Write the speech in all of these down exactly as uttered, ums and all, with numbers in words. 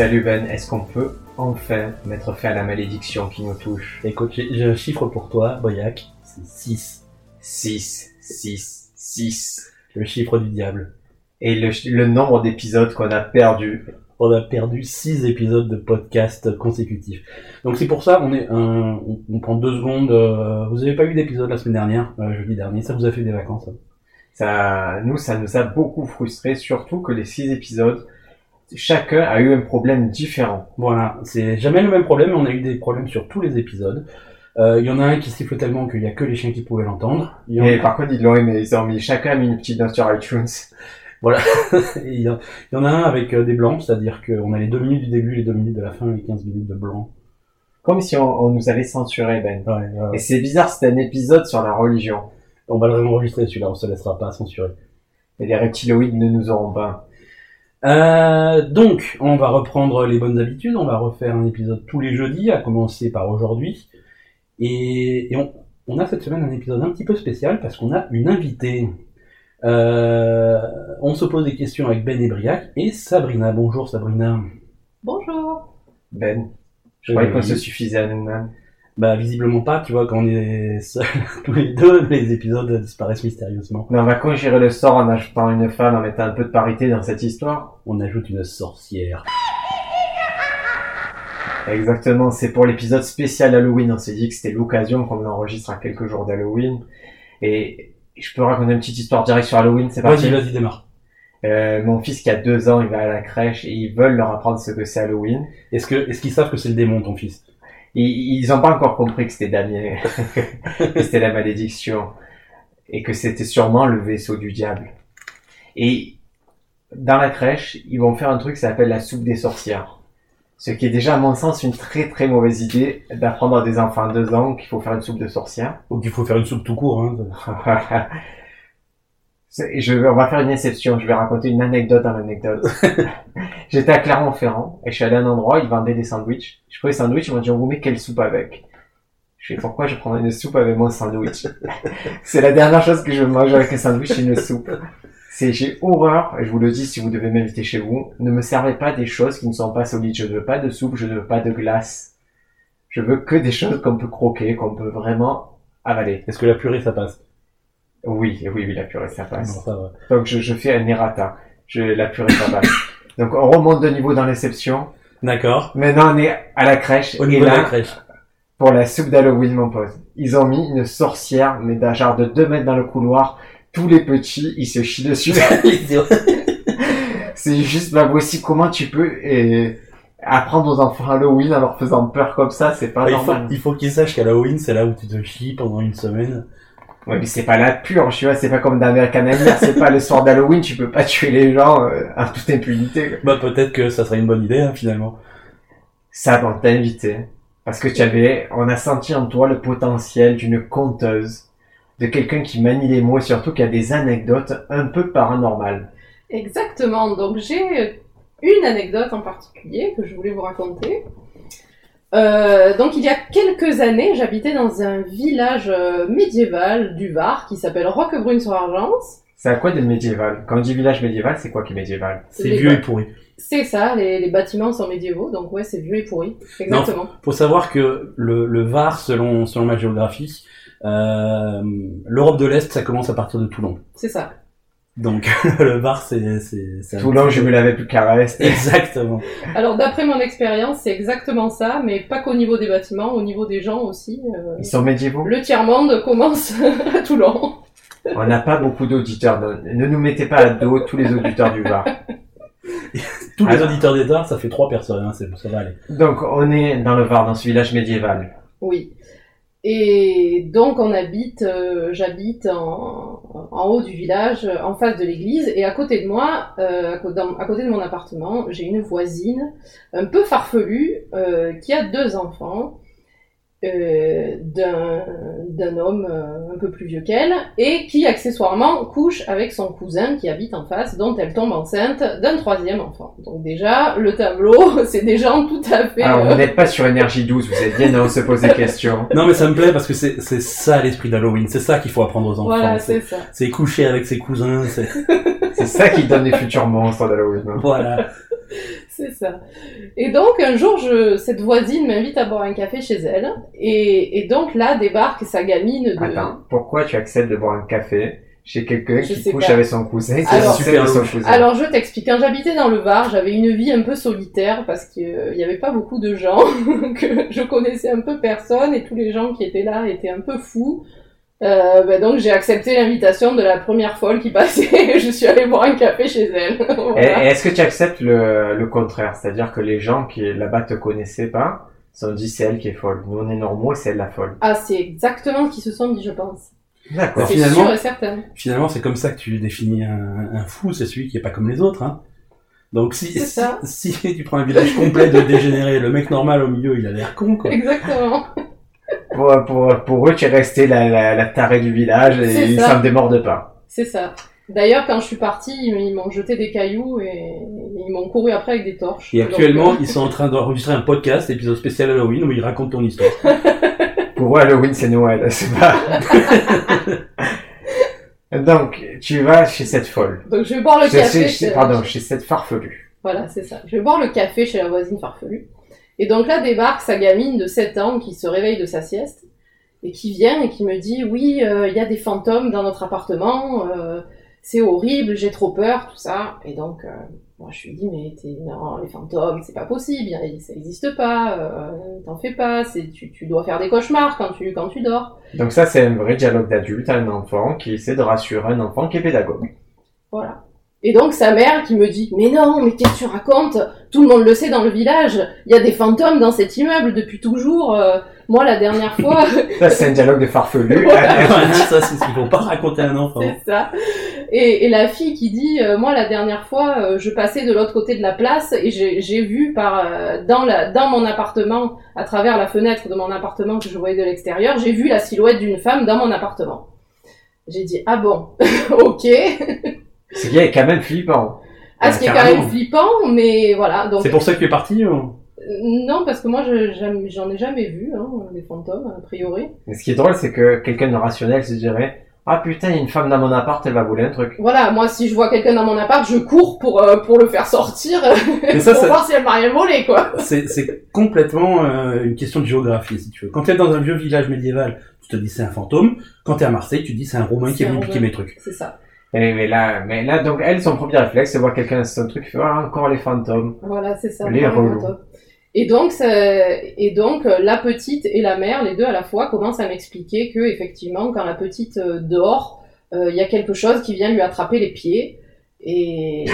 Salut Ben, est-ce qu'on peut enfin mettre fin à la malédiction qui nous touche? Écoute, j'ai, j'ai un chiffre pour toi, Boyac, c'est six. six, six, six. Le chiffre du diable. Et le, le nombre d'épisodes qu'on a perdu. On a perdu six épisodes de podcast consécutifs. Donc c'est pour ça, on est un, on, on prend deux secondes. Euh, vous avez pas eu d'épisode la semaine dernière, euh, jeudi dernier, ça vous a fait des vacances. Hein. Ça, nous, ça nous a beaucoup frustrés, surtout que les six épisodes, chacun a eu un problème différent. Voilà, c'est jamais le même problème, mais on a eu des problèmes sur tous les épisodes. Il euh, y en a un qui siffle tellement qu'il y a que les chiens qui pouvaient l'entendre. Et a... par contre, ils l'ont aimé, ils ont mis, chacun a mis une petite note sur iTunes. Voilà. Il y, y en a un avec euh, des blancs, c'est-à-dire qu'on a les deux minutes du début, les deux minutes de la fin, et quinze minutes de blanc. Comme si on, on nous avait censuré, Ben. Ouais, ouais. Et c'est bizarre, c'était un épisode sur la religion. On va le réenregistrer celui-là, on se laissera pas censurer. Et les reptiloïdes ne nous auront pas. Euh, donc, on va reprendre les bonnes habitudes, on va refaire un épisode tous les jeudis, à commencer par aujourd'hui. Et, et on, on a cette semaine un épisode un petit peu spécial parce qu'on a une invitée. Euh, on se pose des questions avec Ben et Briac et Sabrina. Bonjour Sabrina. Bonjour. Ben, je croyais qu'on se suffisait à nous-mêmes. Bah visiblement pas, tu vois, quand on est seuls tous les deux, les épisodes disparaissent mystérieusement. Mais on va conjurer le sort en ajoutant une femme, en mettant un peu de parité dans cette histoire. On ajoute une sorcière. Exactement, c'est pour l'épisode spécial Halloween. On s'est dit que c'était l'occasion qu'on l'enregistre à quelques jours d'Halloween. Et je peux raconter une petite histoire directe sur Halloween, c'est parti. Vas-y, vas-y, démarre. Euh, mon fils qui a deux ans, il va à la crèche et ils veulent leur apprendre ce que c'est Halloween. Est-ce que, est-ce qu'ils savent que c'est le démon, ton fils? Ils, ils ont pas encore compris que c'était Damien, que c'était la malédiction et que c'était sûrement le vaisseau du diable. Et dans la crèche, ils vont faire un truc qui s'appelle la soupe des sorcières. Ce qui est déjà, à mon sens, une très très mauvaise idée d'apprendre à des enfants de deux ans qu'il faut faire une soupe de sorcière. Ou qu'il faut faire une soupe tout court, hein. Je vais, on va faire une exception, je vais raconter une anecdote dans l'anecdote. J'étais à Clermont-Ferrand et je suis allé à un endroit, ils vendaient des sandwichs. Je prenais des sandwichs, ils m'ont dit on vous met quelle soupe avec? Je fais pourquoi je prendrais une soupe avec mon sandwich? C'est la dernière chose que je mange avec un sandwich, c'est une soupe. C'est, j'ai horreur, et je vous le dis si vous devez m'inviter chez vous, ne me servez pas des choses qui ne sont pas solides. Je ne veux pas de soupe, je ne veux pas de glace. Je veux que des choses qu'on peut croquer, qu'on peut vraiment avaler. Est-ce que la purée ça passe? Oui, oui, oui, la purée ça passe. Non, ça va. Donc je, je fais un errata. Je, la purée ça passe. Donc on remonte de niveau dans l'exception. D'accord. Maintenant on est à la crèche. Au niveau et là, de la crèche. Pour la soupe d'Halloween, mon pote, ils ont mis une sorcière, mais d'un genre de deux mètres dans le couloir. Tous les petits, ils se chient dessus. C'est juste pas possible. Comment tu peux et apprendre aux enfants Halloween en leur faisant peur comme ça, c'est pas ouais, normal. Il faut, il faut qu'ils sachent qu'à Halloween, c'est là où tu te chies pendant une semaine. Ouais, mais c'est pas la purge, tu vois, c'est pas comme dans American Nightmare, c'est pas le soir d'Halloween, tu peux pas tuer les gens euh, en toute impunité. Quoi. Bah peut-être que ça serait une bonne idée, hein, finalement. Ça, on t'a invité. Parce que tu avais, on a senti en toi le potentiel d'une conteuse, de quelqu'un qui manie les mots et surtout qui a des anecdotes un peu paranormales. Exactement, donc j'ai une anecdote en particulier que je voulais vous raconter. Euh, donc il y a quelques années, j'habitais dans un village euh, médiéval du Var qui s'appelle Roquebrune-sur-Argence. C'est à quoi de médiéval? Quand on dit village médiéval, c'est quoi qui est médiéval? C'est les vieux ba- et pourri. C'est ça, les, les bâtiments sont médiévaux, donc ouais, c'est vieux et pourri. Exactement. Non, faut savoir que le, le Var, selon, selon ma géographie, euh, l'Europe de l'Est, ça commence à partir de Toulon. C'est ça. Donc le Var, c'est... c'est, c'est Toulon, je me l'avais plus qu'à l'Est. Exactement. Alors d'après mon expérience, c'est exactement ça, mais pas qu'au niveau des bâtiments, au niveau des gens aussi. Euh, Ils sont médiévaux? Le tiers-monde commence à Toulon. On n'a pas beaucoup d'auditeurs. Ne nous mettez pas à dos tous les auditeurs du Var. Tous les Alors, auditeurs des Var, ça fait trois personnes, hein, c'est, ça va aller. Donc on est dans le Var, dans ce village médiéval. Oui. Et donc on habite, euh, j'habite en, en haut du village, en face de l'église, et à côté de moi, euh, à, côté, dans, à côté de mon appartement, j'ai une voisine un peu farfelue euh, qui a deux enfants, euh, d'un, d'un homme euh, un peu plus vieux qu'elle, et qui accessoirement couche avec son cousin qui habite en face, dont elle tombe enceinte d'un troisième enfant. Donc déjà, le tableau, c'est des gens tout à fait... Alors euh... vous n'êtes pas sur Énergie douze, vous êtes bien là, on se pose des questions. Non mais ça me plaît parce que c'est, c'est ça l'esprit d'Halloween, c'est ça qu'il faut apprendre aux enfants. Voilà, c'est, c'est ça. C'est coucher avec ses cousins, c'est... C'est ça qui donne les futurs monstres d'Halloween. Voilà. C'est ça. Et donc, un jour, je, cette voisine m'invite à boire un café chez elle. Et, et donc, là, débarque sa gamine de... Attends, pourquoi tu acceptes de boire un café chez quelqu'un Je qui sais couche pas. avec son cousin? C'est Alors- super son louche. cousin. Alors, je t'explique. Quand j'habitais dans le Var, j'avais une vie un peu solitaire parce qu'il n'y avait pas beaucoup de gens, que je connaissais un peu personne et tous les gens qui étaient là étaient un peu fous. Euh, ben donc, j'ai accepté l'invitation de la première folle qui passait. Je suis allée boire un café chez elle. Et, Voilà. et est-ce que tu acceptes le, le contraire? C'est-à-dire que les gens qui là-bas te connaissaient pas, se sont dit c'est elle qui est folle. Nous on est normaux, c'est elle la folle. Ah, c'est exactement ce qu'ils se sont dit, je pense. D'accord. C'est finalement- sûr et certain. Finalement, c'est comme ça que tu définis un, un fou, c'est celui qui est pas comme les autres. Hein. Donc si, C'est si, ça. si tu prends un village complet de dégénérés, le mec normal au milieu, il a l'air con, quoi. Exactement. Pour, pour, pour eux, tu es resté la, la, la tarée du village et C'est ils ça. s'en démordent pas. C'est ça. D'ailleurs, quand je suis partie, ils ils m'ont jeté des cailloux et ils m'ont couru après avec des torches. Et Donc, actuellement, euh, ils sont en train d'enregistrer un podcast, épisode spécial Halloween, où ils racontent ton histoire. Pour eux, Halloween, c'est Noël, c'est pas... Donc, tu vas chez cette folle. Donc je vais boire le Chez- café chez- chez... chez- pardon, chez cette farfelue. Voilà, c'est ça. Je vais boire le café chez la voisine farfelue. Et donc là débarque sa gamine de sept ans qui se réveille de sa sieste et qui vient et qui me dit « Oui, il euh, y a des fantômes dans notre appartement, euh, c'est horrible, j'ai trop peur, tout ça. » Et donc, euh, moi je lui dis « Mais t'es... non, les fantômes, c'est pas possible, y a- ça existe pas, euh, t'en fais pas, c'est... Tu, tu dois faire des cauchemars quand tu, quand tu dors. » Donc ça, c'est un vrai dialogue d'adulte à un enfant qui essaie de rassurer un enfant qui est pédagogue. Voilà. Et donc sa mère qui me dit « Mais non, mais qu'est-ce que tu racontes? Tout le monde le sait dans le village, il y a des fantômes dans cet immeuble depuis toujours. Euh, moi, la dernière fois... » Ça, c'est un dialogue de farfelu. Ça, c'est ce qu'il faut pas raconter à un enfant. C'est ça. Et, et la fille qui dit euh, moi la dernière fois euh, je passais de l'autre côté de la place et j'ai, j'ai vu par euh, dans la dans mon appartement à travers la fenêtre de mon appartement que je voyais de l'extérieur, j'ai vu la silhouette d'une femme dans mon appartement. J'ai dit ah bon ok. Ce qui est quand même flippant. Ah, ce qui est quand carrément. même flippant, mais voilà. Donc C'est pour ça que tu es parti ou... non parce que moi je, j'aime- j'en ai jamais vu hein, des fantômes a priori. Mais ce qui est drôle, c'est que quelqu'un de rationnel se dirait « Ah putain, il y a une femme dans mon appart, elle va voler un truc. Voilà, moi si je vois quelqu'un dans mon appart, je cours pour euh, pour le faire sortir Mais ça, pour ça- voir si elle m'a rien volé quoi. C'est, c'est complètement euh, une question de géographie, si tu veux. Quand tu es dans un vieux village médiéval, tu te dis c'est un fantôme. Quand tu es à Marseille, tu te dis c'est un Roumain qui C'est est venu un piquer Roumain. mes trucs. C'est ça. » Et mais là, mais là, donc elle, son premier réflexe, c'est voir quelqu'un dans son truc, il fait ah, encore les fantômes. Voilà, c'est ça. Les vraiment relous. top. Et donc, ça- et donc, euh, la petite et la mère, les deux à la fois, commencent à m'expliquer que effectivement, quand la petite euh, dort, euh, il y a quelque chose qui vient lui attraper les pieds. Et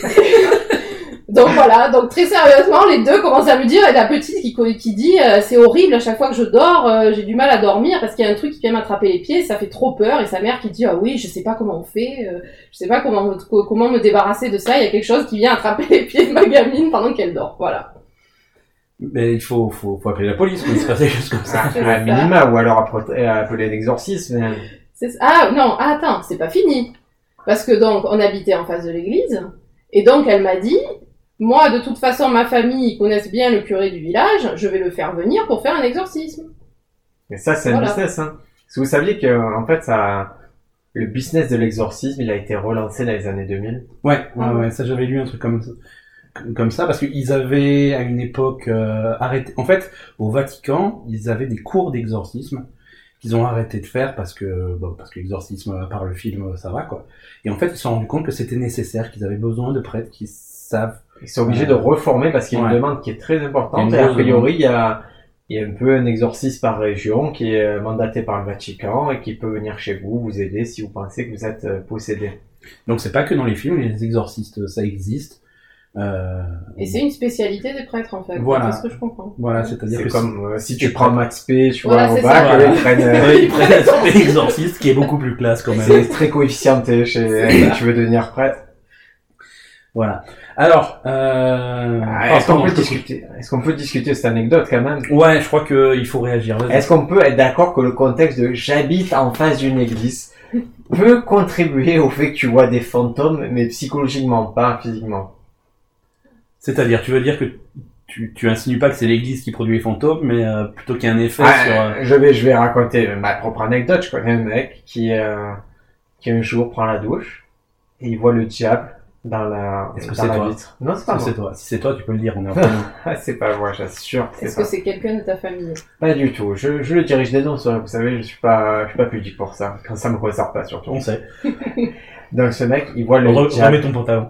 donc voilà. Donc très sérieusement, les deux commencent à me dire, et la petite qui, co- qui dit, euh, c'est horrible à chaque fois que je dors, euh, j'ai du mal à dormir parce qu'il y a un truc qui vient m'attraper les pieds, ça fait trop peur. Et sa mère qui dit, ah oui, je sais pas comment on fait, euh, je sais pas comment comment me débarrasser de ça. Il y a quelque chose qui vient attraper les pieds de ma gamine pendant qu'elle dort. Voilà. Mais il faut, faut, faut appeler la police quand il se passe des choses comme ça. Ah, c'est à ça. minima, ou alors appeler appeler l'exorcisme. mais- C'est- Ah non, attends, c'est pas fini. Parce que donc, on habitait en face de l'église, et donc elle m'a dit, moi de toute façon, ma famille, ils connaissent bien le curé du village, je vais le faire venir pour faire un exorcisme. Mais ça, c'est un Voilà. business, hein. Parce que vous saviez que, en fait, ça, le business de l'exorcisme, il a été relancé dans les années deux mille. Ouais, ouais, ouais, ça j'avais lu un truc comme ça. Comme ça, parce qu'ils avaient à une époque euh, arrêté. En fait, au Vatican, ils avaient des cours d'exorcisme qu'ils ont arrêté de faire parce que bon, parce que l'exorcisme, à part le film, ça va quoi. Et en fait, ils se sont rendus compte que c'était nécessaire, qu'ils avaient besoin de prêtres qui savent. Ils sont obligés Ouais. de reformer parce qu'il y a une Ouais. demande qui est très importante. Il y Et a une a grosse priori, il y a, il y a un peu un exorcisme par région qui est euh, mandaté par le Vatican et qui peut venir chez vous, vous aider si vous pensez que vous êtes euh, possédé. Donc c'est pas que dans les films, les exorcistes, ça existe. Euh, Et c'est une spécialité des prêtres, en fait. Voilà. C'est ce que je comprends. Voilà, c'est-à-dire C'est que comme euh, si si tu tu prends prends- Max P, tu Voilà, vois, au c'est bac, ça. eux, ils prennent, euh, Ouais, ils prennent l'aspect exorciste qui est beaucoup plus classe quand même. c'est très coefficienté chez, si tu veux devenir prêtre. Voilà. Alors, euh... Ah, est-ce qu'on pardon, peut je te- discuter, est-ce qu'on peut discuter cette anecdote quand même? Ouais, je crois qu'il faut réagir. Vas-y. Est-ce qu'on peut être d'accord que le contexte de j'habite en face d'une église peut contribuer au fait que tu vois des fantômes, mais psychologiquement, pas physiquement? C'est-à-dire, tu veux dire que tu, tu insinues pas que c'est l'église qui produit les fantômes, mais euh, plutôt qu'il y a un effet Ah, sur... euh, je vais, je vais raconter ma propre anecdote. Je connais un mec qui, euh, qui un jour prend la douche et il voit le diable dans la, Est-ce que dans c'est la toi vitre. Non, c'est Est-ce pas que moi. c'est toi? Si c'est toi, tu peux le dire, on est en train Ah, c'est pas moi, j'assure. C'est Est-ce pas. que c'est quelqu'un de ta famille? Pas du tout. Je, je le dirige des noms, vous savez, je suis pas, je suis pas pudique pour ça. Quand ça me concerne pas, surtout. On sait. Donc, ce mec, il voit le Re- diable. remets ton pantalon.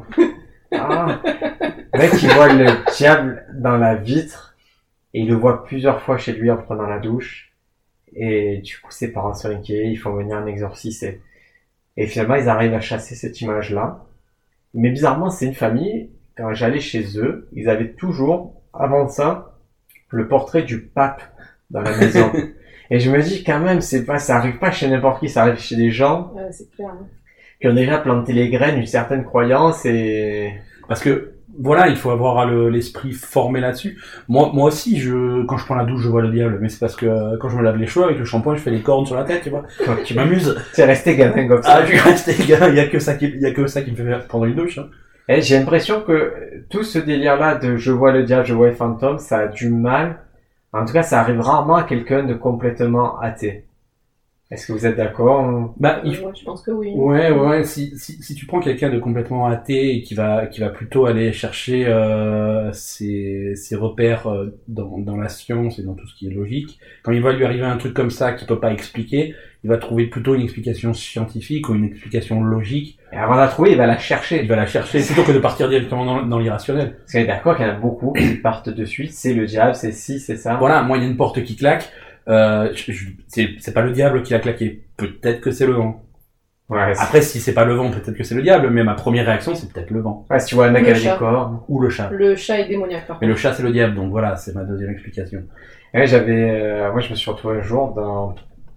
Ah. Le mec, il voit le diable dans la vitre. Et il le voit plusieurs fois chez lui en prenant la douche. Et du coup, ses parents sont inquiets, ils font venir un exorciser. Et finalement, ils arrivent à chasser cette image-là. Mais bizarrement, c'est une famille, quand j'allais chez eux, ils avaient toujours, avant ça, le portrait du pape dans la maison. Et je me dis, quand même, c'est pas, ça arrive pas chez n'importe qui, ça arrive chez des gens Ouais, c'est clair. Hein. qui ont déjà planté les graines d'une certaine croyance et... Parce que, voilà, il faut avoir le- l'esprit formé là-dessus. Moi, moi aussi, je, quand je prends la douche, je vois le diable, mais c'est parce que euh, quand je me lave les cheveux avec le shampoing, je fais les cornes sur la tête, tu vois. Tu m'amuses. C'est resté gamin comme ça. Ah, je suis resté gars, il y a que ça qui, il y a que ça qui me fait faire prendre une douche, hein. Et j'ai l'impression que tout ce délire-là de je vois le diable, je vois les fantômes, ça a du mal. En tout cas, ça arrive rarement à quelqu'un de complètement athée. Est-ce que vous êtes d'accord? Bah, il Euh, ouais, je pense que oui. Ouais, ouais, si, si, si tu prends quelqu'un de complètement athée et qui va, qui va plutôt aller chercher euh, ses, ses repères euh, dans, dans la science et dans tout ce qui est logique, quand il va lui arriver un truc comme ça qu'il peut pas expliquer, il va trouver plutôt une explication scientifique ou une explication logique. Et avant de la trouver, il va la chercher. Il va la chercher plutôt que de partir directement dans, dans l'irrationnel. Parce qu'on est d'accord qu'il y en a beaucoup qui partent de suite, c'est le diable, c'est ci, c'est ça. Voilà, moi il y a une porte qui claque, euh, je- je- c'est, c'est pas le diable qui l'a claqué, peut-être que c'est le vent. Ouais, c'est- Après, si c'est pas le vent, peut-être que c'est le diable, mais ma première réaction, c'est peut-être le vent. ouais, si tu vois un mec Le avec chat. des cornes. Ou le chat. Le chat est démoniaque, par Mais contre. le chat, c'est le diable, donc voilà, c'est ma deuxième explication. Ouais, j'avais, euh, moi je me suis retrouvé un jour dans,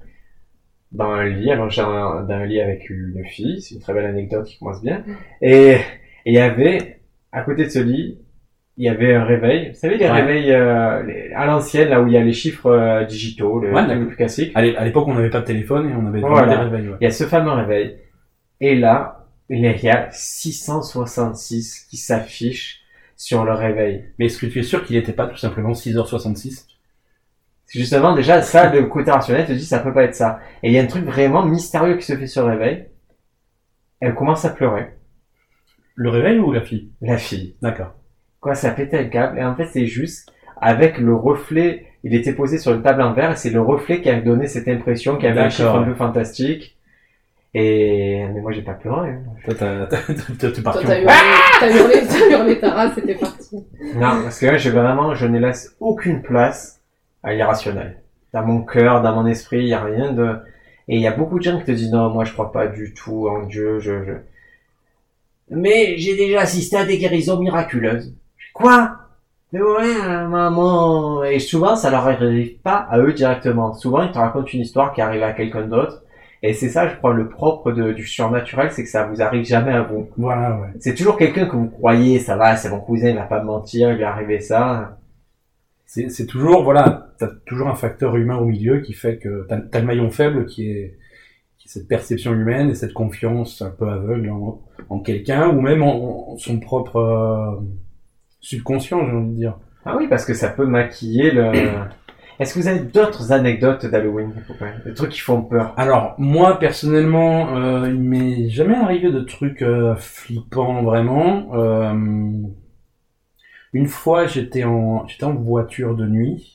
dans un lit, alors j'ai un, dans un lit avec une fille, c'est une très belle anecdote qui commence bien. Et, et il y avait, à côté de ce lit, il y avait un réveil. Vous savez, les Ouais. réveils, euh, les- à l'ancienne, là où il y a les chiffres euh, digitaux, le Ouais, truc le d'accord. plus classique. À l'é- à l'époque, on n'avait pas de téléphone et on avait vraiment Voilà. des réveils, ouais. Il y a ce fameux réveil. Et là, il y a six cent soixante-six qui s'affichent sur le réveil. Mais est-ce que tu es sûr qu'il n'était pas tout simplement six heures soixante-six? Justement, déjà, ça, le côté rationnel te dit, ça peut pas être ça. Et il y a un truc vraiment mystérieux qui se fait sur le réveil. Elle commence à pleurer. Le réveil ou la fille? La fille. D'accord. Quoi, ça pétait le câble. Et en fait, c'est juste avec le reflet, il était posé sur une table en verre et c'est le reflet qui a donné cette impression qu'il y avait un D'accord. chiffre un peu fantastique. Et, mais moi, j'ai pas pleuré. hein. Toi, t'as, t'as, t'as, t'es Toi, parti t'as en- hurlé, t'as hurlé, t'as hurlé ta race, c'était parti. Non, parce que là, j'ai vraiment, je ne laisse aucune place à l'irrationnel. Dans mon cœur, dans mon esprit, il y a rien de, et il y a beaucoup de gens qui te disent non, moi, je crois pas du tout en Dieu, je, je, mais j'ai déjà assisté à des guérisons miraculeuses. Quoi? Mais ouais, euh, maman. Et souvent, ça leur arrive pas à eux directement. Souvent, ils te racontent une histoire qui arrive à quelqu'un d'autre. Et c'est ça, je crois, le propre de, du surnaturel, c'est que ça vous arrive jamais à vous. Voilà, ouais. C'est toujours quelqu'un que vous croyez, ça va, c'est mon cousin, il va pas me mentir, il lui est arrivé ça. C'est, c'est toujours, voilà, t'as toujours un facteur humain au milieu qui fait que t'as, t'as le maillon faible qui est, qui est cette perception humaine et cette confiance un peu aveugle en, en quelqu'un ou même en, en son propre euh, subconscient, j'ai envie de dire. Ah oui, parce que ça peut maquiller le... Est-ce que vous avez d'autres anecdotes d'Halloween, des trucs qui font peur? Alors, moi, personnellement, euh, il m'est jamais arrivé de trucs euh, flippants, vraiment. Euh, une fois, j'étais en, j'étais en voiture de nuit,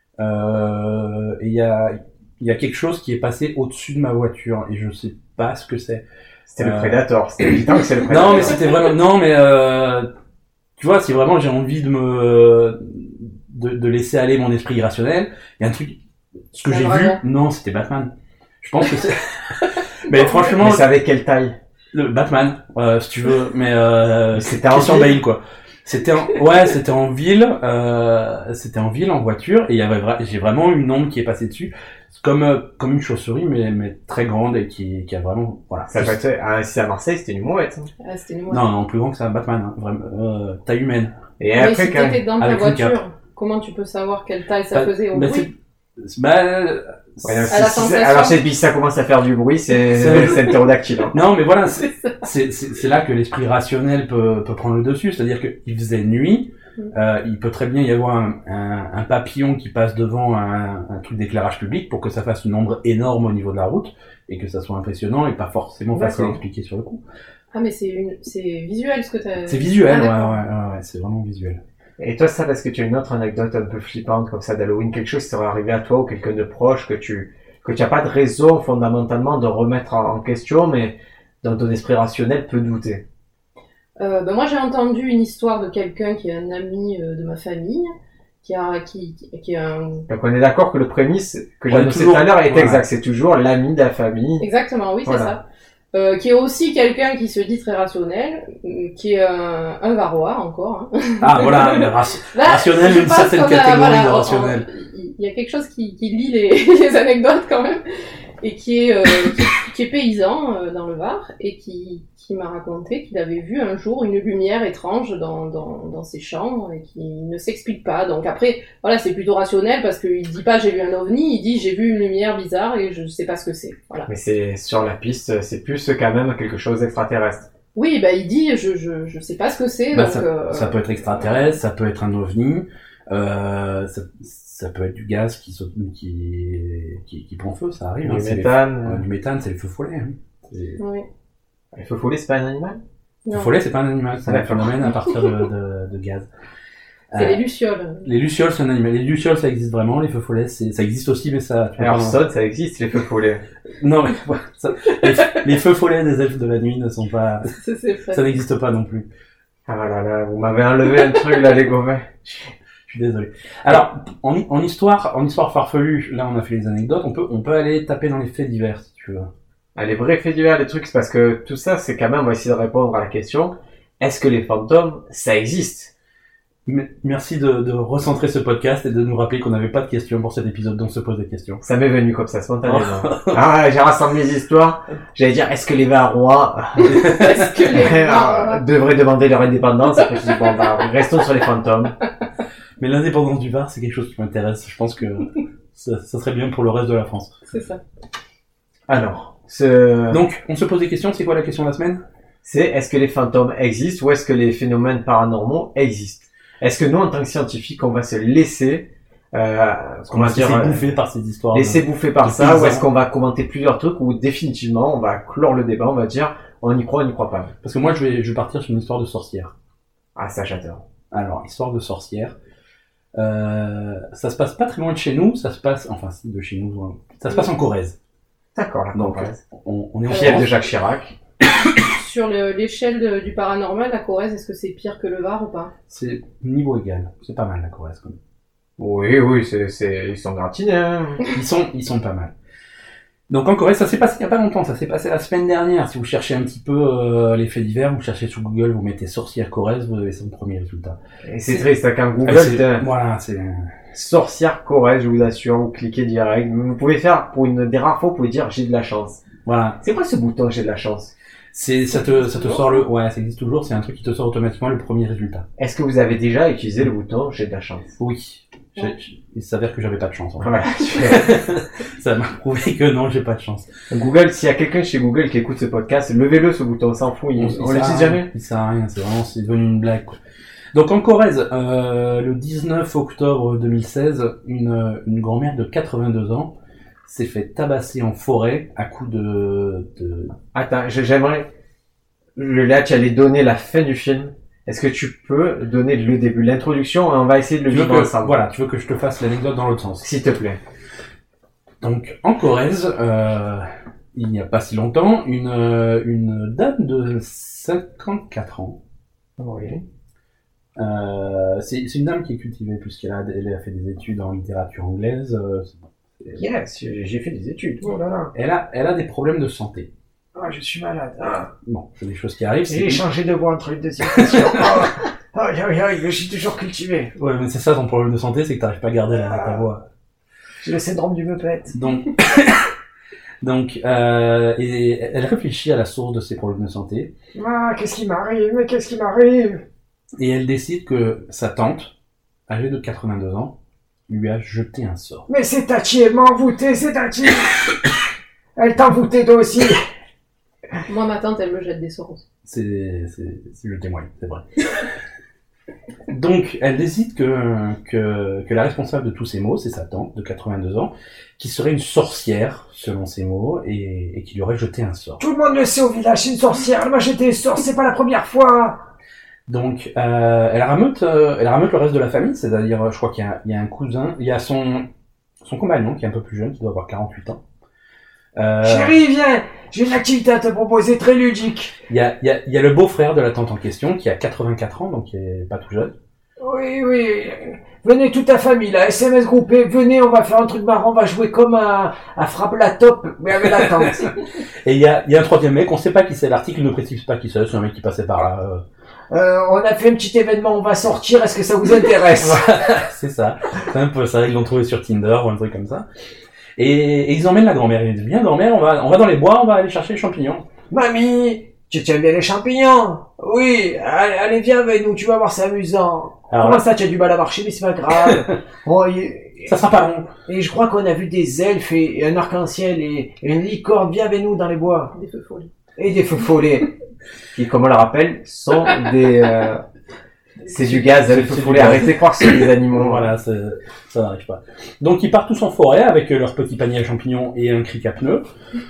euh, et il y a, il y a quelque chose qui est passé au-dessus de ma voiture, et je sais pas ce que c'est. C'était le Euh, Predator, c'était évident que c'est le Predator. Non, mais c'était vraiment, non, mais euh, tu vois, si vraiment j'ai envie de me, de, de laisser aller mon esprit irrationnel, il y a un truc, ce que La j'ai vu, dragon. non, c'était Batman. Je pense que c'est, mais franchement, Mais c'est avec quelle taille? le Batman, euh, si tu veux, mais euh, Mais c'était en Christian ville. Bale, quoi. C'était en, ouais, c'était en ville, euh, c'était en ville, en voiture, et il y avait vra- j'ai vraiment une ombre qui est passée dessus, C'est comme euh, comme une chauve-souris, mais mais très grande et qui qui a vraiment, voilà. Ça peut être, ah, si c'est à Marseille, c'était une mouette. hein. Ah, c'était une mouette. Non, non, plus grand que ça, Batman, hein, vraiment, euh, taille humaine. Et Mais après, si quand t'étais dans ta avec une voiture, comment tu peux savoir quelle taille ça Bah, faisait au bah, bruit? c'est- bah, Ouais, non, À si- la si- sensation. alors, c'est- puis ça commence à faire du bruit, c'est, C'est- c'est un ptérodactyle. hein. non, mais voilà, c'est c'est c'est c'est là que l'esprit rationnel peut peut prendre le dessus, c'est-à-dire qu'il faisait nuit, Mm. euh, il peut très bien y avoir un, un, un papillon qui passe devant un, un truc d'éclairage public pour que ça fasse une ombre énorme au niveau de la route et que ça soit impressionnant et pas forcément facile à D'accord. expliquer sur le coup. Ah, mais c'est une... c'est visuel ce que t'as... C'est visuel, Ah, ouais, d'accord. ouais, ouais, ouais, c'est vraiment visuel. Et toi, ça, parce que tu as une autre anecdote un peu flippante comme ça d'Halloween, quelque chose qui serait arrivé à toi ou quelqu'un de proche que tu que tu n'as pas de raison fondamentalement de remettre en, en question, mais dans ton esprit rationnel peut douter. Euh, ben moi, j'ai entendu une histoire de quelqu'un qui est un ami euh, de ma famille, qui a, qui, qui, qui a un... Donc on est d'accord que le prémisse que j'ai On est annoncé toujours- tout à l'heure est voilà. exact, c'est toujours l'ami de la famille. Exactement, oui, Voilà. c'est ça. Euh, qui est aussi quelqu'un qui se dit très rationnel, euh, qui est un, un varrois encore. Hein. Ah, voilà, le raci- Là, rationnel, je une pense certaine qu'on a- catégorie voilà, de on- rationnel. on- Il y a quelque chose qui, qui lie les, les anecdotes quand même, et qui est, euh, qui, qui est paysan euh, dans le Var, et qui, qui m'a raconté qu'il avait vu un jour une lumière étrange dans, dans, dans ses champs, et qui ne s'explique pas. Donc après, voilà, c'est plutôt rationnel, parce qu'il dit pas j'ai vu un ovni, il dit j'ai vu une lumière bizarre et je sais pas ce que c'est. Voilà. Mais c'est sur la piste, c'est plus quand même quelque chose d'extraterrestre. Oui, bah il dit je, je, je sais pas ce que c'est, Bah, donc... ça, euh, ça peut être extraterrestre, ça peut être un ovni, euh, ça, ça peut être du gaz qui saute, qui, qui, qui prend feu, ça arrive. Du hein, c'est les- méthane. ouais, du méthane, c'est le feu follet. Hein. C'est- Oui. Le feu follet, c'est pas un animal? Le Non. feu follet, c'est pas un animal, c'est un D'accord. phénomène à partir de, de, de gaz. C'est Euh, les lucioles. les lucioles, c'est un animal. Les lucioles, ça existe vraiment. Les feux follets, c'est, ça existe aussi, mais ça. tu peux Alors pas- sonne, ça existe, les feux follets. Non, mais voilà, ça- les, les feux follets des elfes de la nuit ne sont pas. C'est c'est vrai. Ça n'existe pas non plus. Ah là là, vous m'avez enlevé un truc là, les gomins. Je suis désolé. Alors, en, en histoire, en histoire farfelue, là, on a fait les anecdotes. On peut, on peut aller taper dans les faits divers, si tu veux. Ah, les vrais faits divers, les trucs, c'est parce que tout ça, c'est quand même, on va essayer de répondre à la question, est-ce que les fantômes, ça existe? M- Merci de, de recentrer ce podcast et de nous rappeler qu'on n'avait pas de questions pour cet épisode, donc se pose des questions. Ça m'est venu comme ça, spontanément. Ah, j'ai rassemblé mes histoires. J'allais dire, est-ce que les Varrois Est-ce que les Varrois- devraient demander leur indépendance? Après, je dis, bon, bah, restons sur les fantômes. Mais l'indépendance du Var, c'est quelque chose qui m'intéresse. Je pense que ça, ça serait bien pour le reste de la France. C'est ça. Alors, ce... Donc, on se pose des questions. C'est quoi la question de la semaine? c'est est-ce que les fantômes existent ou est-ce que les phénomènes paranormaux existent? Est-ce que nous, en tant que scientifiques, on va se laisser, euh, On va se dire, laisser euh, bouffer par ces histoires. laisser bouffer par de ça, ou paysans. est-ce qu'on va commenter plusieurs trucs ou définitivement on va clore le débat, on va dire on y croit, on n'y croit pas. Parce que moi, je vais, je vais partir sur une histoire de sorcière. Ah, ça j'adore. Alors, histoire de sorcière. Euh, ça se passe pas très loin de chez nous. Ça se passe, enfin, si, de chez nous. hein. Ça se passe en Corrèze. D'accord, la Donc, Corrèze. On, on est en Fief de France. Jacques Chirac. Sur le- l'échelle de- du paranormal, la Corrèze, est-ce que c'est pire que le Var ou pas? C'est niveau égal. C'est pas mal la Corrèze quand même. Oui, oui, c'est, c'est, ils sont gratinés, hein. Ils sont, ils sont pas mal. Donc en Corrèze, ça s'est passé il y a pas longtemps, ça s'est passé la semaine dernière. Si vous cherchez un petit peu euh, les faits divers, vous cherchez sur Google, vous mettez sorcière Corrèze, vous avez son premier résultat. Et c'est triste, hein, quand Google, Ah, c'est- putain, voilà, c'est... sorcière Corrèze, je vous assure, vous cliquez direct. Vous pouvez faire, pour une des rares fois, vous pouvez dire j'ai de la chance. Voilà. C'est quoi ce bouton j'ai de la chance? C'est, ça te, ça te sort le, ouais, ça existe toujours, c'est un truc qui te sort automatiquement le premier résultat. Est-ce que vous avez déjà utilisé le bouton j'ai de la chance? Oui. J'ai- j'ai- il s'avère que j'avais pas de chance. en fait. Voilà. tu- Ça m'a prouvé que non, j'ai pas de chance. Google, s'il y a quelqu'un chez Google qui écoute ce podcast, levez-le ce bouton, on s'en fout, il- on sert à l'utilise rien. jamais. Il sert à rien, c'est vraiment, c'est devenu une blague, quoi. Donc en Corrèze, euh, le dix-neuf octobre deux mille seize, une, une grand-mère de quatre-vingt-deux ans s'est fait tabasser en forêt à coups de, de... Attends, je- j'aimerais, le- là tu allais donner la fin du film. Est-ce que tu peux donner le début, l'introduction, et on va essayer de le Tu veux vivre que, ensemble. voilà, tu veux que je te fasse l'anecdote dans l'autre sens. S'il te plaît. Donc en Corrèze, euh, il n'y a pas si longtemps, une, euh, une dame de cinquante-quatre ans, Oui. euh, c'est, c'est une dame qui est cultivée puisqu'elle a, elle a fait des études en littérature anglaise, euh, Yes, j'ai j'ai fait des études. Oh là là. elle a, elle a des problèmes de santé. Ah, je suis malade. Ah. Bon, c'est des choses qui arrivent. J'ai C'est... changé de voix entre les deuxième question. Ah. Aïe, aïe, aïe, je suis toujours cultivé. Ouais, mais c'est ça ton problème de santé, c'est que t'arrives pas à garder la, ta voix. J'ai le syndrome du meupette. Donc, donc, euh, et elle réfléchit à la source de ses problèmes de santé Ah, qu'est-ce qui m'arrive? Mais qu'est-ce qui m'arrive? et elle décide que sa tante, âgée de quatre-vingt-deux ans, lui a jeté un sort. Mais c'est Tati, elle m'a envoûté, c'est Tati. Elle t'a envoûté toi aussi. Moi, ma tante, elle me jette des sorts aussi. C'est, c'est, c'est je témoigne, c'est vrai. Donc, elle décide que, que, que la responsable de tous ces maux, c'est sa tante de quatre-vingt-deux ans, qui serait une sorcière, selon ses mots, et, et qui lui aurait jeté un sort. Tout le monde le sait au village, c'est une sorcière, elle m'a jeté un sort, c'est pas la première fois. Donc, euh, elle rameute, euh, elle rameute le reste de la famille, c'est-à-dire, je crois qu'il y a, il y a un cousin, il y a son, son compagnon, qui est un peu plus jeune, qui doit avoir quarante-huit ans. Euh, Chérie, viens, j'ai une activité à te proposer très ludique. Il y a, il y a, il y a le beau-frère de la tante en question, qui a quatre-vingt-quatre ans, donc qui est pas tout jeune. Oui, oui, venez toute ta famille là, S M S groupé, venez, on va faire un truc marrant, on va jouer comme à, à frappe la top, mais avec la tante. Et il y a, il y a un troisième mec, on sait pas qui c'est, l'article ne précise pas qui c'est, c'est un mec qui passait par là. Euh... Euh, on a fait un petit événement, on va sortir, est-ce que ça vous intéresse? C'est ça, c'est un peu ça, ils l'ont trouvé sur Tinder ou un truc comme ça. Et, et ils emmènent la grand-mère, ils disent, viens grand-mère, on va, on va dans les bois, on va aller chercher les champignons. Mamie, tu tiens bien les champignons? Oui, allez, allez, viens avec nous, tu vas voir, c'est amusant. Alors Comment là, ça, tu as du mal à marcher, mais c'est pas grave. Oh, et, ça sera pas long. et je crois qu'on a vu des elfes et, et un arc-en-ciel et, et une licorne, viens avec nous dans les bois. Des feux follets. Et des feux follets. Qui, comme on le rappelle, sont des... Euh... C'est du gaz, C'est- il c'est faut du les gaz. arrêter de croire que c'est des animaux. Voilà, c'est- ça n'arrive pas. Donc ils partent tous en forêt avec leur petit panier à champignons et un cric à pneus.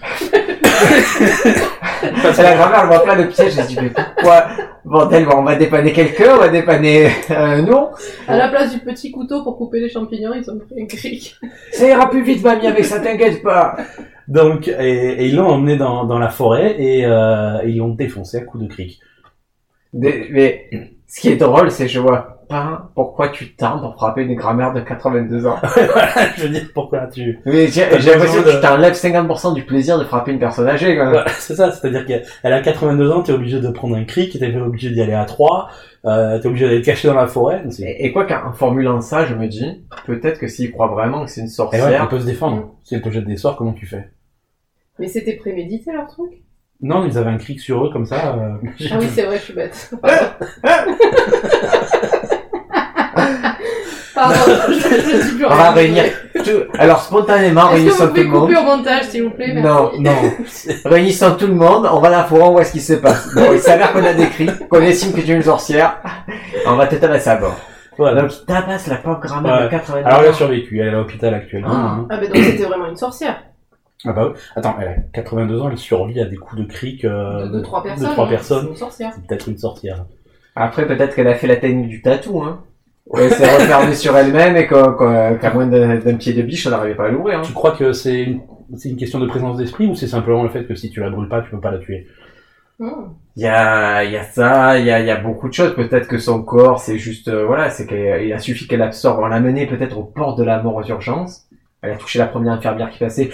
Parce que la grand-mère, elle voit pas le piège, elle se dit, mais pourquoi, bordel, on va dépanner quelqu'un, on va dépanner, euh, nous? À la place du petit couteau pour couper les champignons, ils ont pris un cric. Ça ira plus vite, mamie, avec ça, t'inquiète pas. Donc, et, et ils l'ont emmené dans, dans la forêt et euh, ils l'ont défoncé à coups de cric. Des- Mais, ce qui est drôle, c'est, je vois pas pourquoi tu tends pour frapper une grand-mère de quatre-vingt-deux ans. Voilà, je veux dire, pourquoi tu... Mais j'ai T'as j'ai l'impression besoin que de- tu t'enlèves cinquante pour cent du plaisir de frapper une personne âgée, quand même. Voilà, c'est ça, c'est-à-dire qu'elle elle a quatre-vingt-deux ans, t'es obligé de prendre un cric, t'es obligé d'y aller à trois, euh, t'es obligé d'aller te cacher dans la forêt. donc c'est- Et, et quoi qu'en formulant ça, je me dis, peut-être que s'il croit vraiment que c'est une Et ouais, sorcière, elle peut se défendre. Si elle te jette des sorts, comment tu fais? Mais c'était prémédité leur truc. Non, ils avaient un cric sur eux comme ça. Euh... Ah oui, c'est vrai, je suis bête. Pardon, je, je, je dis plus on rien. va réunir tout, alors spontanément, Est-ce que réunissons vous tout le pouvez monde. couper au montage, s'il vous plaît? Merci. Non, non. Réunissons tout le monde, on va à la forêt, on voit ce qui se passe. Bon, il s'avère qu'on a des cris, qu'on estime que tu es une sorcière, on va te tabasser à bord. Voilà. Donc il tabasse la pauvre grand-mère Ouais. de quatre-vingt-deux Alors elle a ans. survécu, elle est à l'hôpital actuellement. Ah. hein. Ah, bah donc c'était vraiment une sorcière. Ah bah oui. Attends, elle a quatre-vingt-deux ans, elle survit à des coups de cric euh, De, de trois personnes. de trois hein. personnes. C'est une sorcière. C'est peut-être une sorcière. Après, peut-être qu'elle a fait la technique du tatou, hein. Elle s'est refermée sur elle-même et qu'à qu'à- qu'à moins d'un d'un pied de biche, on n'arrivait pas à l'ouvrir, hein. Tu crois que c'est une, c'est une question de présence d'esprit ou c'est simplement le fait que si tu la brûles pas, tu peux pas la tuer? Hmm. Il y a, il y a ça, il y a, il y a beaucoup de choses. Peut-être que son corps, c'est juste, euh, voilà, c'est qu'il a suffi qu'elle absorbe. On l'a menée peut-être au bord de la mort aux urgences. Elle a touché la première infirmière qui passait.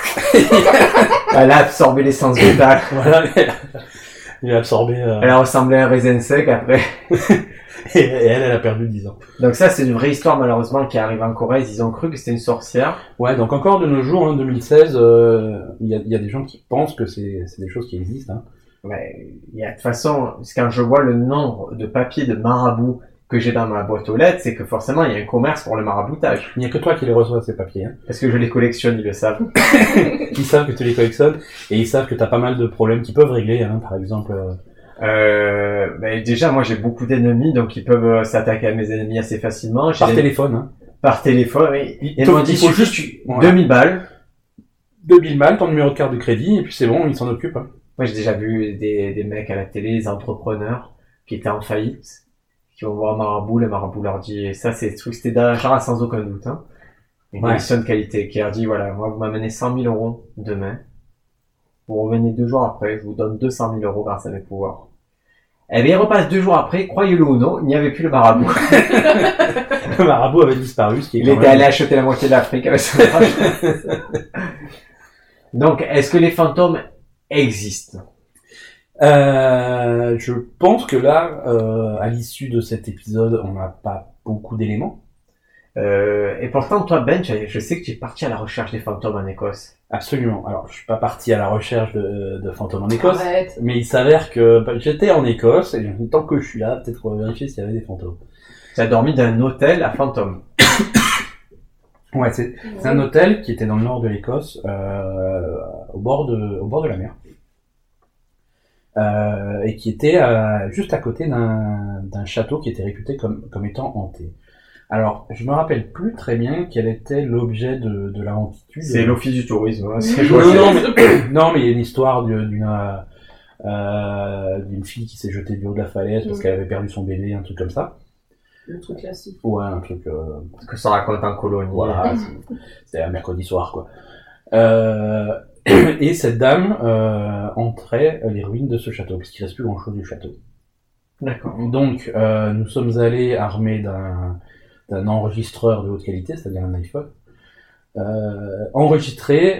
Elle a absorbé l'essence vitale. Voilà, elle a absorbé euh, Elle a ressemblé à un raisin sec après. et, et elle, elle a perdu dix ans. Donc ça, c'est une vraie histoire malheureusement qui arrive en Corrèze. Ils ont cru que c'était une sorcière. Ouais, donc encore de nos jours, hein, deux mille seize, euh, il y, a, il y a des gens qui pensent que c'est c'est des choses qui existent. Hein. Ouais, il y a de toute façon, quand je vois le nombre de papiers de marabout que j'ai dans ma boîte aux lettres, c'est que forcément il y a un commerce pour le maraboutage. Il n'y a que toi qui les reçois, ces papiers. Hein. Parce que je les collectionne, ils le savent. Ils savent que tu les collectionnes et ils savent que tu as pas mal de problèmes qu'ils peuvent régler. Hein, par exemple, euh, Euh, ben déjà, moi j'ai beaucoup d'ennemis, donc ils peuvent euh, s'attaquer à mes ennemis assez facilement. J'ai par des- téléphone. Hein. Par téléphone, oui. Il Ils faut- m'ont dit, il faut juste juste- voilà. deux mille balles. deux mille balles, ton numéro de carte de crédit, et puis c'est bon, ils s'en occupent. Hein. Moi j'ai déjà vu des, des mecs à la télé, des entrepreneurs, qui étaient en faillite, qui vont voir un marabout, le marabout leur dit, et ça c'est des trucs, c'était d'argent sans aucun doute, hein. Une Ouais. émission de qualité, qui leur dit, voilà, moi vous m'amenez cent mille euros demain, vous revenez deux jours après, je vous donne deux cent mille euros grâce à mes pouvoirs. Eh bien, il repasse deux jours après, croyez-le ou non, il n'y avait plus le marabout. Le marabout avait disparu, ce qui est Il quand était même- allé acheter la moitié de l'Afrique avec son argent. Donc, est-ce que les fantômes existent? Euh, je pense que là, euh, à l'issue de cet épisode, on n'a pas beaucoup d'éléments. Euh, et pourtant, toi, Ben, je je sais que tu es parti à la recherche des fantômes en Écosse. Absolument. Alors, je suis pas parti à la recherche de, de fantômes en Écosse, Arrête. mais il s'avère que bah, j'étais en Écosse, et tant que je suis là, peut-être qu'on va vérifier s'il y avait des fantômes. Tu as dormi dans un hôtel à fantômes. Ouais, c'est c'est un hôtel qui était dans le nord de l'Écosse, euh, au bord de, au bord de la mer. euh, et qui était euh, juste à côté d'un, d'un château qui était réputé comme, comme étant hanté. Alors, je me rappelle plus très bien quel était l'objet de, de la hantitude. C'est l'office du tourisme. Hein. C'est non, non, mais, non, mais il y a une histoire d'une, d'une, euh, d'une fille qui s'est jetée du haut de la falaise parce mmh. qu'elle avait perdu son bébé, un truc comme ça. Le truc classique. Ouais, un truc... Euh... que ça raconte en colonie. Voilà, c'est, c'est un mercredi soir, quoi. Euh, et cette dame euh, entrait les ruines de ce château, parce qu'il reste plus grand-chose du château. D'accord. Donc, euh, nous sommes allés armés d'un, d'un enregistreur de haute qualité, c'est-à-dire un iPhone, euh, enregistré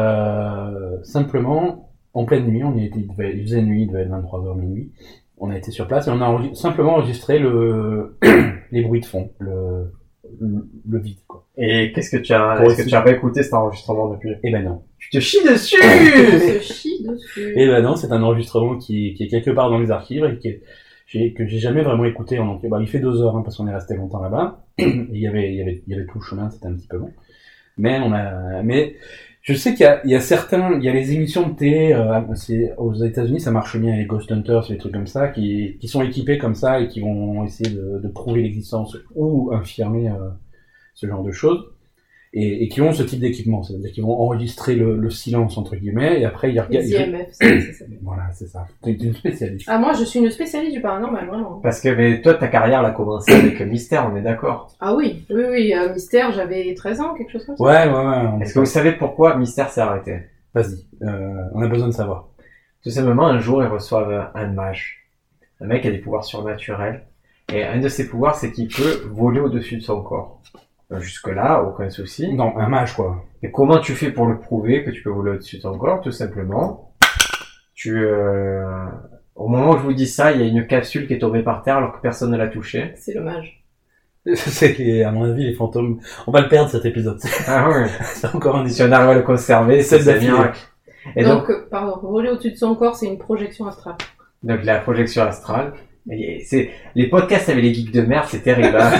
euh, simplement en pleine nuit. On y était, il, devait, il faisait nuit, il devait être vingt-trois heures minuit. On a été sur place et on a enregistré, simplement enregistré le, les bruits de fond, le, le, le vide, quoi. Et qu'est-ce que tu as, est-ce que tu as réécouté cet enregistrement depuis? Eh ben non. Tu te chies dessus! Tu te chies dessus! Eh ben non, c'est un enregistrement qui, qui est quelque part dans les archives et qui est, j'ai, que j'ai jamais vraiment écouté en entier. Bah, il fait deux heures, hein, parce qu'on est resté longtemps là-bas. Et il y avait, il y avait, il y avait tout le chemin, c'était un petit peu long. Mais on a, mais, je sais qu'il y a, il y a certains, il y a les émissions de télé, euh, c'est, aux États-Unis, ça marche bien, les Ghost Hunters, les trucs comme ça, qui, qui sont équipés comme ça et qui vont essayer de, de prouver l'existence ou infirmer euh, ce genre de choses, et, et qui ont ce type d'équipement, c'est-à-dire qu'ils vont enregistrer le, le silence entre guillemets, et après ils regardent. Les I M F, c'est ça. Voilà, c'est ça. T'es une spécialiste. Ah moi, je suis une spécialiste du paranormal, vraiment. Parce que mais toi, ta carrière elle a commencé avec Mystère, on est d'accord? Ah oui, oui, oui, euh, Mystère, j'avais treize ans, quelque chose comme ça. Ouais, ouais, ouais. Est-ce que vous savez pourquoi Mystère s'est arrêté? Vas-y, euh, on a besoin de savoir. Tout simplement, un jour, ils reçoivent un mage. Un mec qui a des pouvoirs surnaturels. Et un de ses pouvoirs, c'est qu'il peut voler au-dessus de son corps. Jusque-là, aucun souci. Non, un mage, quoi. Et comment tu fais pour le prouver que tu peux voler au-dessus de ton corps? Tout simplement, tu... Euh... Au moment où je vous dis ça, il y a une capsule qui est tombée par terre alors que personne ne l'a touchée. C'est le mage. C'est, à mon avis, les fantômes... On va le perdre, cet épisode. Ah oui. C'est encore un... Si on arrive à le conserver, c'est un miracle. Et donc, donc, pardon, voler au-dessus de son corps, c'est une projection astrale. Donc, la projection astrale. Et c'est, les podcasts avec les geeks de merde, c'est terrible, hein.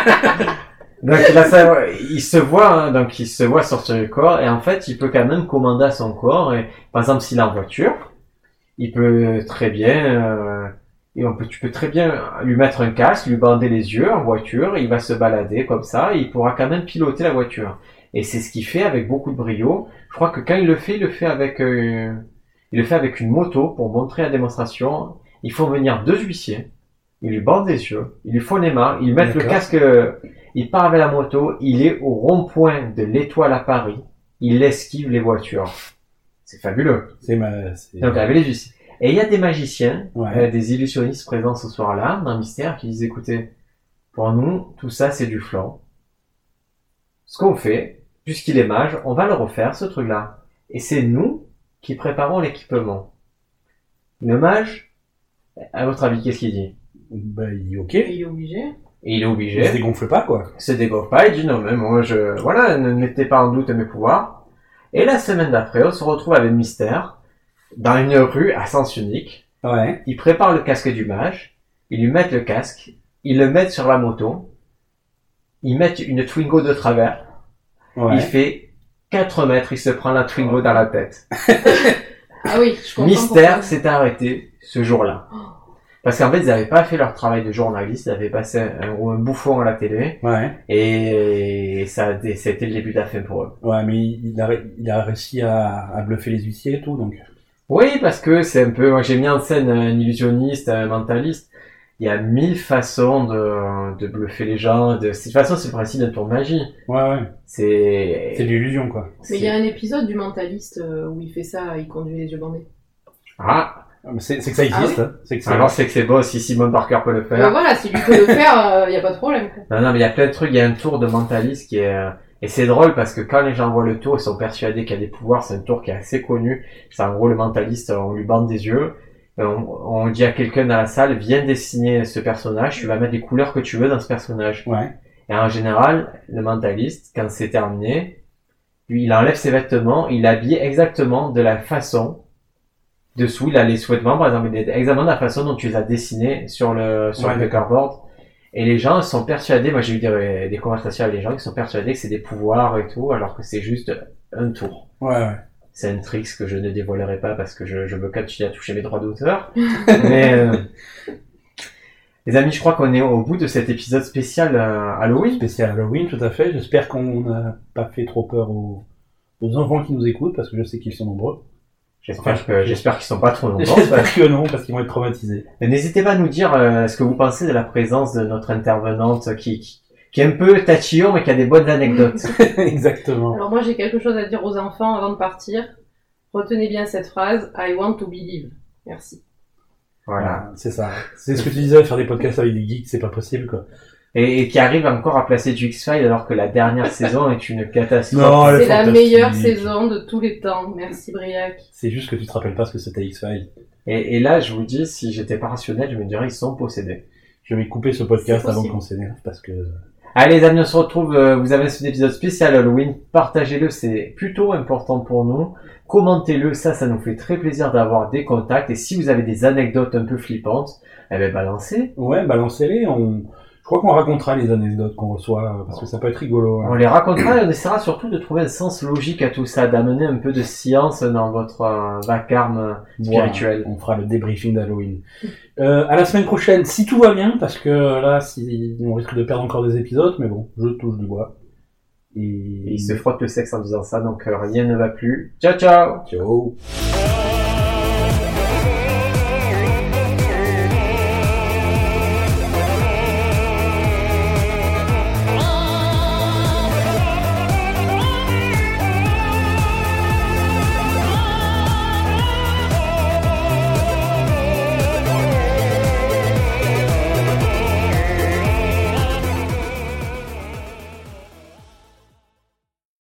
Donc, là, ça, il se voit, hein, donc, il se voit sortir du corps, et en fait, il peut quand même commander à son corps, et, par exemple, s'il est en voiture, il peut très bien, euh, et on peut, tu peux très bien lui mettre un casque, lui bander les yeux en voiture, il va se balader comme ça, et il pourra quand même piloter la voiture. Et c'est ce qu'il fait avec beaucoup de brio. Je crois que quand il le fait, il le fait avec, euh, il le fait avec une moto pour montrer la démonstration. Il faut venir deux huissiers, ils lui bandent les yeux, ils lui font les mains, ils mettent D'accord. le casque, il part avec la moto, il est au rond-point de l'Étoile à Paris, il esquive les voitures. C'est fabuleux. C'est ma, c'est... Donc avec les huissiers. Et il y a des magiciens, ouais. euh, des illusionnistes présents ce soir-là, dans Mystère, qui disent, écoutez, pour nous, tout ça c'est du flan. Ce qu'on fait, puisqu'il est mage, on va le refaire, ce truc-là. Et c'est nous qui préparons l'équipement. Le mage, à votre avis, qu'est-ce qu'il dit? Bah, il est ok. Il est obligé. Et il est obligé. Il se dégonfle pas, quoi. Il se dégonfle pas, il dit non, mais moi, je, voilà, ne mettez pas en doute mes pouvoirs. Et la semaine d'après, on se retrouve avec Mystère, dans une rue à sens unique. Ouais. Ils préparent le casque du mage, ils lui mettent le casque, ils le mettent sur la moto, ils mettent une Twingo de travers, ouais. Il fait quatre mètres, il se prend la Twingo dans la tête. Ah oui, je comprends. Mystère s'est arrêté ce jour-là. Parce qu'en fait, ils n'avaient pas fait leur travail de journaliste, ils avaient passé un, un bouffon à la télé. Ouais. Et ça, c'était le début de la fin pour eux. Ouais, mais il a, il a réussi à, à bluffer les huissiers et tout, donc. Oui, parce que c'est un peu, moi j'ai mis en scène un illusionniste, un mentaliste. Il y a mille façons de, de bluffer les gens. De, de toute façon, c'est le principe d'un tour de magie. Ouais, ouais. C'est... C'est de l'illusion, quoi. Mais il y a un épisode du mentaliste où il fait ça, il conduit les yeux bandés. Ah! C'est, c'est que ça existe, ah oui hein. C'est que ça... Alors c'est que c'est beau, si Simone Parker peut le faire. Ben voilà, si lui peut le faire, il euh, y a pas de problème, quoi. Non, non, mais il y a plein de trucs. Il y a un tour de mentaliste qui est... Euh... Et c'est drôle parce que quand les gens voient le tour, ils sont persuadés qu'il y a des pouvoirs. C'est un tour qui est assez connu. C'est en gros le mentaliste, on lui bande des yeux. On, on dit à quelqu'un dans la salle, viens dessiner ce personnage, tu vas mettre les couleurs que tu veux dans ce personnage. Ouais. Et en général, le mentaliste, quand c'est terminé, lui, il enlève ses vêtements, il habille exactement de la façon. Dessous, il a les sous-vêtements, par exemple, il est exactement de la façon dont tu les as dessinés sur le, sur ouais. le cardboard. Et les gens sont persuadés, moi j'ai eu des, des conversations avec les gens qui sont persuadés que c'est des pouvoirs et tout, alors que c'est juste un tour. Ouais, ouais. c'est un trick que je ne dévoilerai pas parce que je, je veux continuer à toucher mes droits d'auteur. Mais euh, les amis, je crois qu'on est au bout de cet épisode spécial euh, Halloween. Spécial Halloween, tout à fait. J'espère qu'on n'a pas fait trop peur aux, aux enfants qui nous écoutent, parce que je sais qu'ils sont nombreux. J'espère Enfin, que j'espère qu'ils sont pas trop nombreux. J'espère que non, parce qu'ils vont être traumatisés. Mais n'hésitez pas à nous dire euh, ce que vous pensez de la présence de notre intervenante qui, qui, qui est un peu tatillon mais qui a des bonnes anecdotes. Exactement. Alors moi j'ai quelque chose à dire aux enfants avant de partir. Retenez bien cette phrase, I want to believe. Merci. Voilà. C'est ça. C'est ce que tu disais, faire des podcasts avec des geeks, c'est pas possible, quoi. Et, et qui arrive encore à placer du X-Files alors que la dernière saison est une catastrophe. Non, elle est C'est la fantastique. meilleure saison de tous les temps. Merci Briac. C'est juste que tu te rappelles pas ce que c'était X-Files. Et, et là, je vous dis, si j'étais pas rationnel, je me dirais ils sont possédés. Je vais couper ce podcast C'est avant possible. qu'on s'énerve, parce que... Allez les amis, on se retrouve, euh, vous avez un épisode spécial Halloween, partagez-le, c'est plutôt important pour nous. Commentez-le, ça, ça nous fait très plaisir d'avoir des contacts. Et si vous avez des anecdotes un peu flippantes, eh ben balancez. Ouais, balancez-les, on... Je crois qu'on racontera les anecdotes qu'on reçoit, parce que ça peut être rigolo. Hein. On les racontera et on essaiera surtout de trouver un sens logique à tout ça, d'amener un peu de science dans votre euh, vacarme spirituel. Voilà, on fera le débriefing d'Halloween. Euh, à la semaine prochaine, si tout va bien, parce que là, si... on risque de perdre encore des épisodes, mais bon, je touche du bois. Et... Et il se frotte le sexe en disant ça, donc euh, rien ne va plus. Ciao ciao. Ciao.